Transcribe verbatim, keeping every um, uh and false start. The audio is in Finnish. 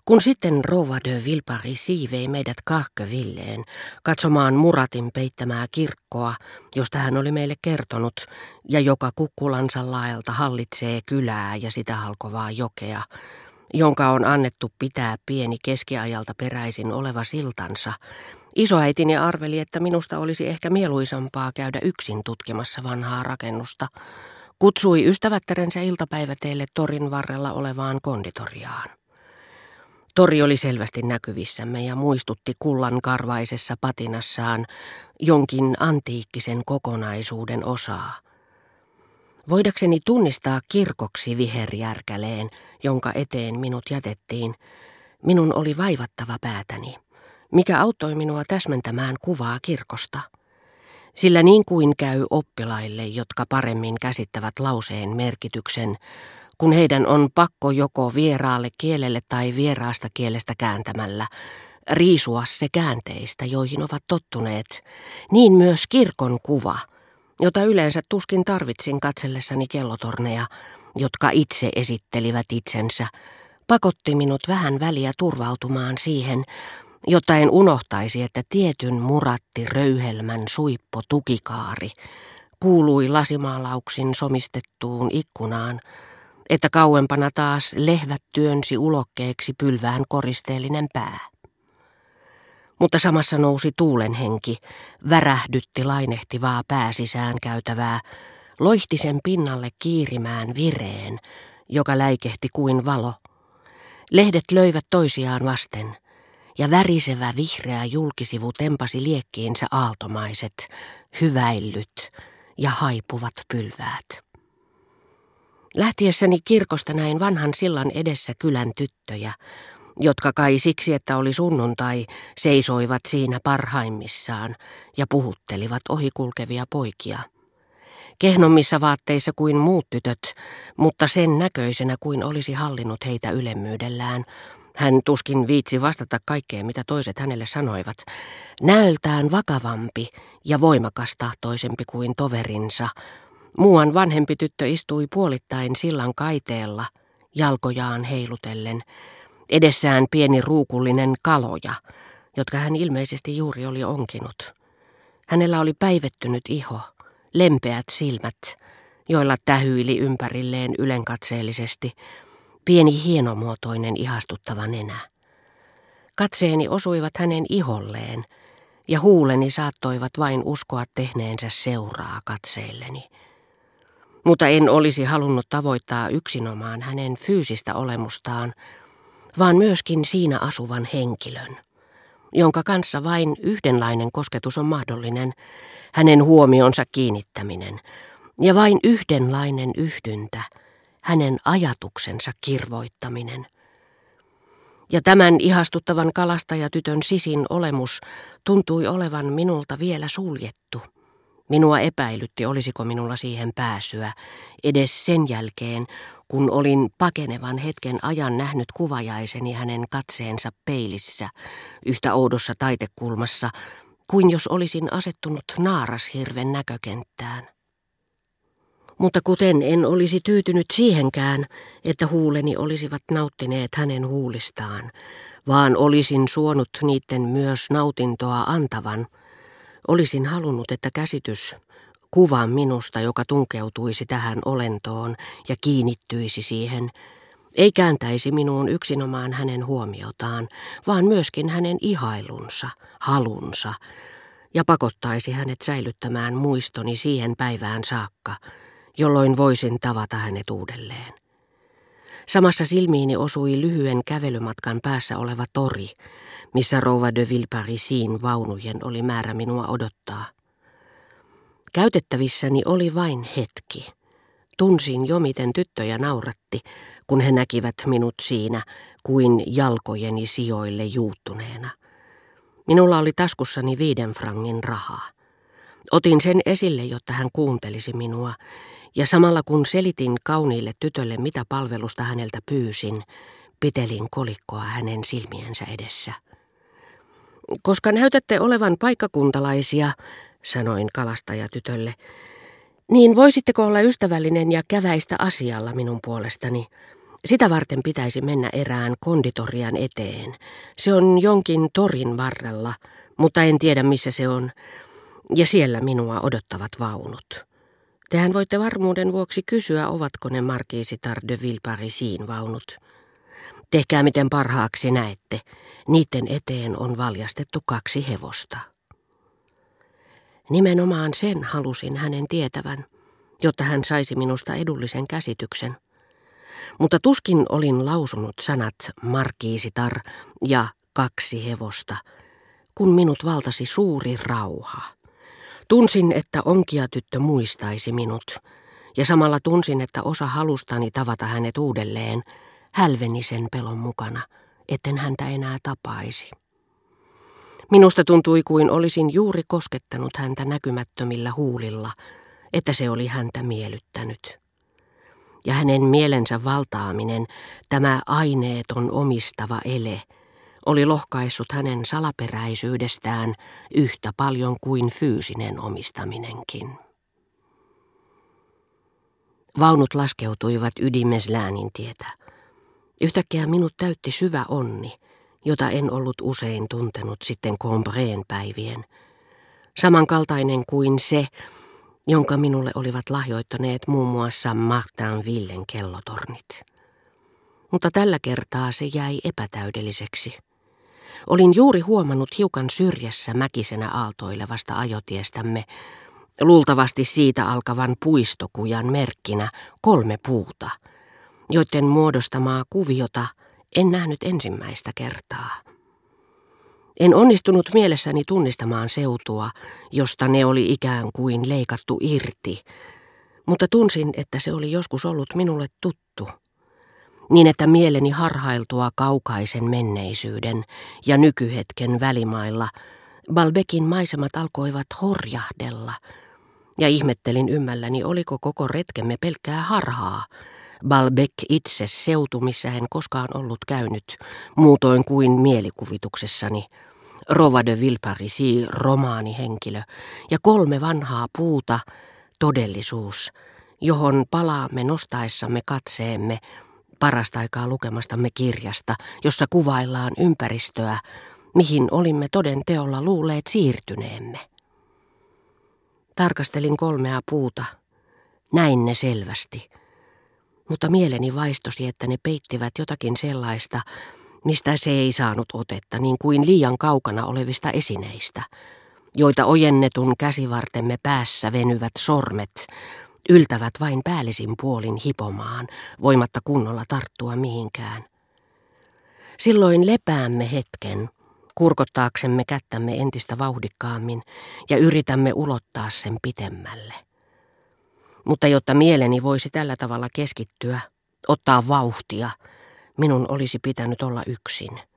Kun sitten rouva de Villeparisis vei meidät Carquevilleen katsomaan Muratin peittämää kirkkoa, josta hän oli meille kertonut, ja joka kukkulansa laelta hallitsee kylää ja sitä halkovaa jokea, jonka on annettu pitää pieni keskiajalta peräisin oleva siltansa, isoäitini arveli, että minusta olisi ehkä mieluisampaa käydä yksin tutkimassa vanhaa rakennusta, kutsui ystävättärensä iltapäiväteelle torin varrella olevaan konditoriaan. Tori oli selvästi näkyvissämme ja muistutti kullan karvaisessa patinassaan jonkin antiikkisen kokonaisuuden osaa. Voidakseni tunnistaa kirkoksi viherjärkäleen, jonka eteen minut jätettiin, minun oli vaivattava päätäni, mikä auttoi minua täsmentämään kuvaa kirkosta. Sillä niin kuin käy oppilaille, jotka paremmin käsittävät lauseen merkityksen, kun heidän on pakko joko vieraalle kielelle tai vieraasta kielestä kääntämällä riisua se käänteistä, joihin ovat tottuneet, niin myös kirkon kuva, jota yleensä tuskin tarvitsin katsellessani kellotorneja, jotka itse esittelivät itsensä, pakotti minut vähän väliä turvautumaan siihen, jotta en unohtaisi, että tietyn muratti röyhelmän suippo tukikaari kuului lasimaalauksin somistettuun ikkunaan, että kauempana taas lehvät työnsi ulokkeeksi pylvään koristeellinen pää. Mutta samassa nousi tuulen henki, värähdytti lainehtivaa pääsisään käytävää, loihti sen pinnalle kiirimään vireen, joka läikehti kuin valo. Lehdet löivät toisiaan vasten, ja värisevä vihreä julkisivu tempasi liekkiinsä aaltomaiset, hyväillyt ja haipuvat pylväät. Lähtiessäni kirkosta näin vanhan sillan edessä kylän tyttöjä, jotka kai siksi, että oli sunnuntai, seisoivat siinä parhaimmissaan ja puhuttelivat ohikulkevia poikia. Kehnommissa vaatteissa kuin muut tytöt, mutta sen näköisenä kuin olisi hallinnut heitä ylemmyydellään. Hän tuskin viitsi vastata kaikkeen, mitä toiset hänelle sanoivat. Näöltään vakavampi ja voimakastahtoisempi kuin toverinsa, muuan vanhempi tyttö istui puolittain sillan kaiteella, jalkojaan heilutellen, edessään pieni ruukullinen kaloja, jotka hän ilmeisesti juuri oli onkinut. Hänellä oli päivettynyt iho, lempeät silmät, joilla tähyili ympärilleen ylenkatseellisesti, pieni hienomuotoinen ihastuttava nenä. Katseeni osuivat hänen iholleen, ja huuleni saattoivat vain uskoa tehneensä seuraa katseilleni. Mutta en olisi halunnut tavoittaa yksinomaan hänen fyysistä olemustaan, vaan myöskin siinä asuvan henkilön, jonka kanssa vain yhdenlainen kosketus on mahdollinen, hänen huomionsa kiinnittäminen, ja vain yhdenlainen yhdyntä, hänen ajatuksensa kirvoittaminen. Ja tämän ihastuttavan kalastajatytön sisin olemus tuntui olevan minulta vielä suljettu. Minua epäilytti, olisiko minulla siihen pääsyä, edes sen jälkeen, kun olin pakenevan hetken ajan nähnyt kuvajaiseni hänen katseensa peilissä, yhtä oudossa taitekulmassa, kuin jos olisin asettunut naarashirven näkökenttään. Mutta kuten en olisi tyytynyt siihenkään, että huuleni olisivat nauttineet hänen huulistaan, vaan olisin suonut niiden myös nautintoa antavan, olisin halunnut, että käsitys, kuva minusta, joka tunkeutuisi tähän olentoon ja kiinnittyisi siihen, ei kääntäisi minuun yksinomaan hänen huomiotaan, vaan myöskin hänen ihailunsa, halunsa, ja pakottaisi hänet säilyttämään muistoni siihen päivään saakka, jolloin voisin tavata hänet uudelleen. Samassa silmiini osui lyhyen kävelymatkan päässä oleva tori, missä rouva de Villeparisin vaunujen oli määrä minua odottaa. Käytettävissäni oli vain hetki. Tunsin jo, miten tyttöjä nauratti, kun he näkivät minut siinä kuin jalkojeni sijoille juuttuneena. Minulla oli taskussani viiden frangin rahaa. Otin sen esille, jotta hän kuuntelisi minua, ja samalla kun selitin kauniille tytölle, mitä palvelusta häneltä pyysin, pitelin kolikkoa hänen silmiensä edessä. Koska näytätte olevan paikkakuntalaisia, sanoin kalastajatytölle, niin voisitteko olla ystävällinen ja käväistä asialla minun puolestani? Sitä varten pitäisi mennä erään konditorian eteen. Se on jonkin torin varrella, mutta en tiedä missä se on, ja siellä minua odottavat vaunut. Tehän voitte varmuuden vuoksi kysyä, ovatko ne Marquisitar de Villeparisin vaunut. Tehkää miten parhaaksi näette, niiden eteen on valjastettu kaksi hevosta. Nimenomaan sen halusin hänen tietävän, jotta hän saisi minusta edullisen käsityksen. Mutta tuskin olin lausunut sanat Marquisitar ja kaksi hevosta, kun minut valtasi suuri rauha. Tunsin, että onkiatyttö muistaisi minut, ja samalla tunsin, että osa halustani tavata hänet uudelleen hälveni sen pelon mukana, etten häntä enää tapaisi. Minusta tuntui kuin olisin juuri koskettanut häntä näkymättömillä huulilla, että se oli häntä miellyttänyt. Ja hänen mielensä valtaaminen, tämä aineeton omistava ele, oli lohkaissut hänen salaperäisyydestään yhtä paljon kuin fyysinen omistaminenkin. Vaunut laskeutuivat Ydimeslänin tietä. Yhtäkkiä minut täytti syvä onni, jota en ollut usein tuntenut sitten Combreen päivien. Samankaltainen kuin se, jonka minulle olivat lahjoittaneet muun muassa Martinvillen kellotornit. Mutta tällä kertaa se jäi epätäydelliseksi. Olin juuri huomannut hiukan syrjässä mäkisenä aaltoilevasta ajotiestämme, luultavasti siitä alkavan puistokujan merkkinä kolme puuta, joiden muodostamaa kuviota en nähnyt ensimmäistä kertaa. En onnistunut mielessäni tunnistamaan seutua, josta ne oli ikään kuin leikattu irti, mutta tunsin, että se oli joskus ollut minulle tuttu, niin että mieleni harhailtua kaukaisen menneisyyden ja nykyhetken välimailla Balbecin maisemat alkoivat horjahdella, ja ihmettelin ymmälläni, oliko koko retkemme pelkkää harhaa, Balbec itse seutu, missä en koskaan ollut käynyt, muutoin kuin mielikuvituksessani, Rova de Villeparisis romaanihenkilö, ja kolme vanhaa puuta, todellisuus, johon palaamme nostaessamme katseemme parasta aikaa lukemastamme kirjasta, jossa kuvaillaan ympäristöä, mihin olimme toden teolla luulleet siirtyneemme. Tarkastelin kolmea puuta, näin ne selvästi, mutta mieleni vaistosi, että ne peittivät jotakin sellaista, mistä se ei saanut otetta, niin kuin liian kaukana olevista esineistä, joita ojennetun käsivartemme päässä venyvät sormet yltävät vain päällisin puolin hipomaan, voimatta kunnolla tarttua mihinkään. Silloin lepäämme hetken, kurkottaaksemme kättämme entistä vauhdikkaammin ja yritämme ulottaa sen pitemmälle. Mutta jotta mieleni voisi tällä tavalla keskittyä, ottaa vauhtia, minun olisi pitänyt olla yksin.